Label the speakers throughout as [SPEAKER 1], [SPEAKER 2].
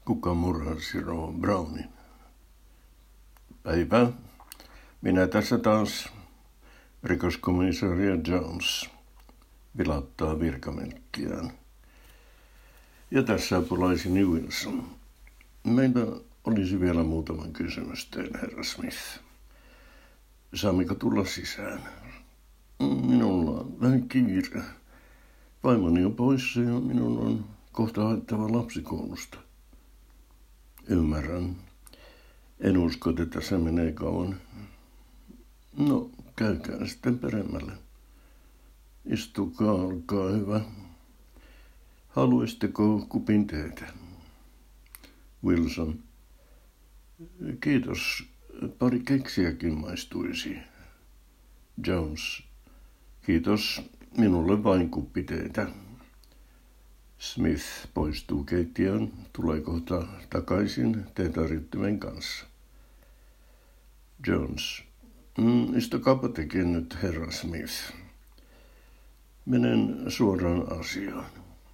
[SPEAKER 1] Kuka murhasi rouva Brownin? Päivää. Minä tässä taas. Rikoskomisaria Jones vilauttaa virkamerkkiään. Ja tässä apulaiseni Wilson. Meillä olisi vielä muutaman kysymys teille, herra Smith. Saammeko tulla sisään? Minulla on vähän kiire. Vaimoni on poissa ja minun on kohta haettava lapsikoulusta. Ymmärrän. En usko, että se menee kauan. No, käykää sitten peremmälle. Istukaa, olkaa hyvä. Haluaisitteko kupin teetä? Wilson. Kiitos. Pari keksiäkin maistuisi. Jones. Kiitos. Minulle vain kuppi teetä. Smith poistuu keittiöön, tulee kohta takaisin teetarjottimen kanssa. Jones. Istukaapa tekin nyt, herra Smith. Menen suoraan asiaan.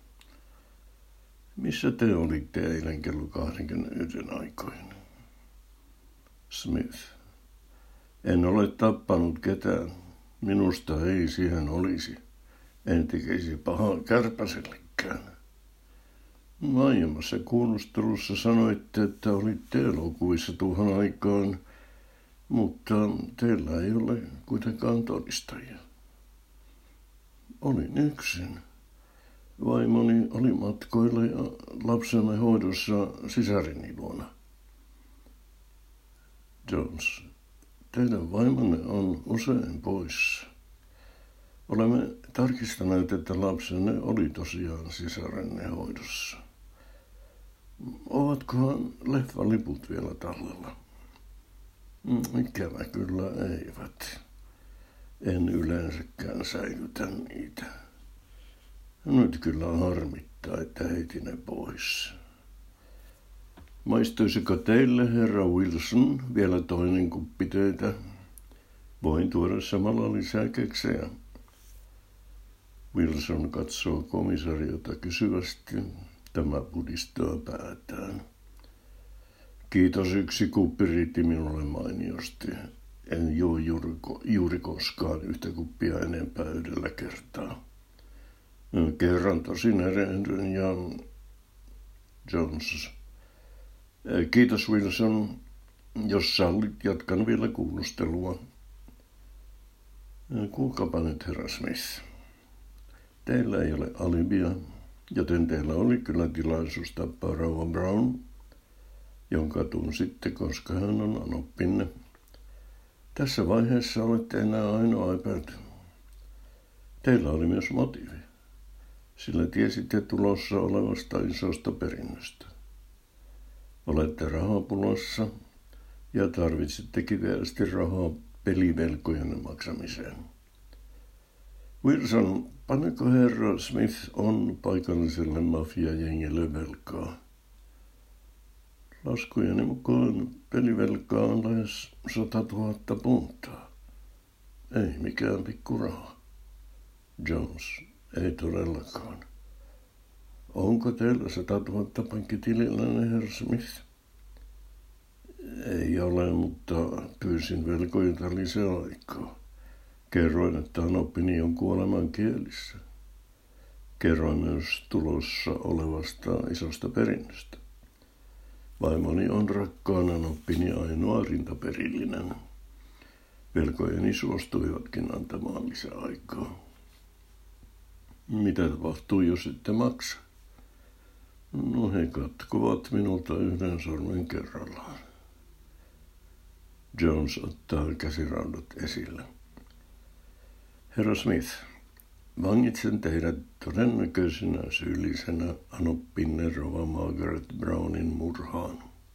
[SPEAKER 1] Missä te olitte eilen kello 21 aikoina? Smith. En ole tappanut ketään. Minusta ei siihen olisi. En tekisi pahaa kärpäsellekään. Aiemmassa kuulustelussa sanoitte, että olitte elokuvissa tuohon aikaan, mutta teillä ei ole kuitenkaan todistajia. Olin yksin. Vaimoni oli matkoilla ja lapsemme hoidossa sisarini luona. Jones, teidän vaimonne on usein poissa. Olemme tarkistaneet, että lapsenne oli tosiaan sisarenne hoidossa. Ovatkohan leffaliput vielä tallella? Ikävä kyllä eivät. En yleensäkään säilytä niitä. Nyt kyllä harmittaa, että heitin ne pois. Maistuisiko teille, herra Wilson, vielä toinen kuppi teetä? Voin tuoda samalla lisää keksejä. Wilson katsoo komisariota kysyvästi. Tämä pudistaa päätään. Kiitos, yksi kuppi riitti minulle mainiosti. En juo juuri koskaan yhtä kuppia enempää yhdellä kertaa. Kerran tosin erehdyn ja... Jones. Kiitos, Wilson. Jos sallit, jatkan vielä kuulustelua. Kuulkaapa nyt, herra Smith. Teillä ei ole alibia, joten teillä oli kyllä tilaisuus tappaa rouva Brown, jonka tunsitte, koska hän on anoppinne. Tässä vaiheessa olette enää ainoa epäilty. Teillä oli myös motiivi, sillä tiesitte tulossa olevasta isosta perinnöstä. Olette rahapulassa ja tarvitsette kipeästi rahaa pelivelkojenne maksamiseen. Wilson, paneko herra Smith on paikalliselle mafiajengille velkaa? Laskujeni mukaan pelivelkaa on lähes 100 000 puntaa. Ei mikään pikkuraha. Jones, ei todellakaan. Onko teillä 100 000 pankkitilillä, herra Smith? Ei ole, mutta pyysin velkojilta lisää aikaa. Kerroin, että anoppini on kuoleman kielissä. Kerroin myös tulossa olevasta isosta perinnöstä. Vaimoni on rakkaan anoppini ainoa rintaperillinen. Velkojeni suostuivatkin antamaan lisää aikaa. Mitä tapahtuu, jos ette maksa? No, he katkovat minulta yhden sormen kerrallaan. Jones ottaa käsiraudat esille. Herra Smith, vangitsen teidät todennäköisenä syyllisenä anoppinne rouva Margaret Brownin murhaan.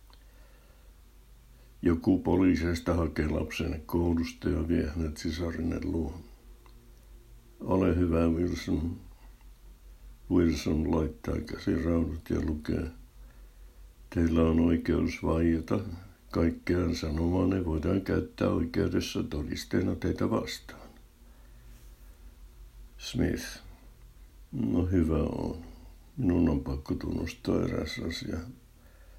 [SPEAKER 1] Joku poliiseista hakee lapsenne koulusta ja vie hänet sisarinne luo. Ole hyvä, Wilson. Wilson laittaa käsiraudat ja lukee. Teillä on oikeus vaieta. Kaikkea sanomaanne voidaan käyttää oikeudessa todisteena teitä vastaan. Smith. No hyvä on. Minun on pakko tunnustaa eräs asia.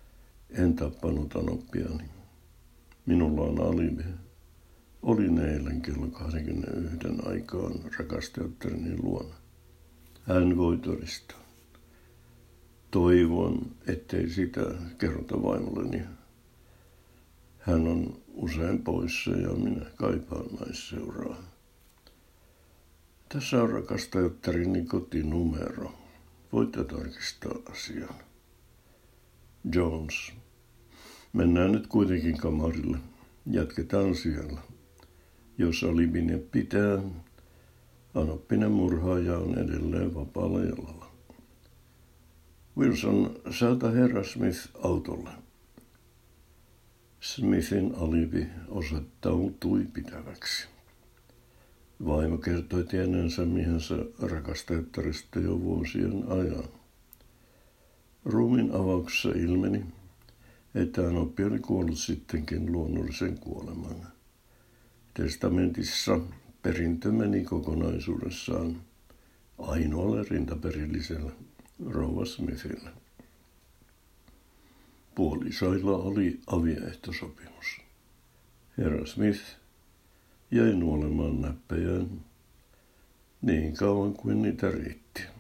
[SPEAKER 1] En tappanut anoppiani. Minulla on alibi. Olin eilen kello 21 aikaan rakastajattarini luona. Hän voi todistaa. Toivon, ettei sitä kerrota vaimolleni. Hän on usein poissa ja minä kaipaan naisseuraa. Tässä on rakastajattarini kotinumero. Voitte tarkistaa asian. Jones. Mennään nyt kuitenkin kamarille. Jatketaan siellä. Jos alibine pitää, anoppinen murhaaja on edelleen vapaalla jalalla. Wilson, saata herra Smith autolle. Smithin alibi osoittautui pitäväksi. Vaimo kertoi tienneensä miehensä rakastajattarista jo vuosien ajan. Ruumin avauksessa ilmeni, että anoppi oli kuollut sittenkin luonnollisen kuoleman. Testamentissa perintö meni kokonaisuudessaan ainoalle rintaperilliselle rouva Smithille. Puolisoilla oli avioehtosopimus. Herra Smith jäi nuolemaan näppejään niin kauan kuin niitä riitti.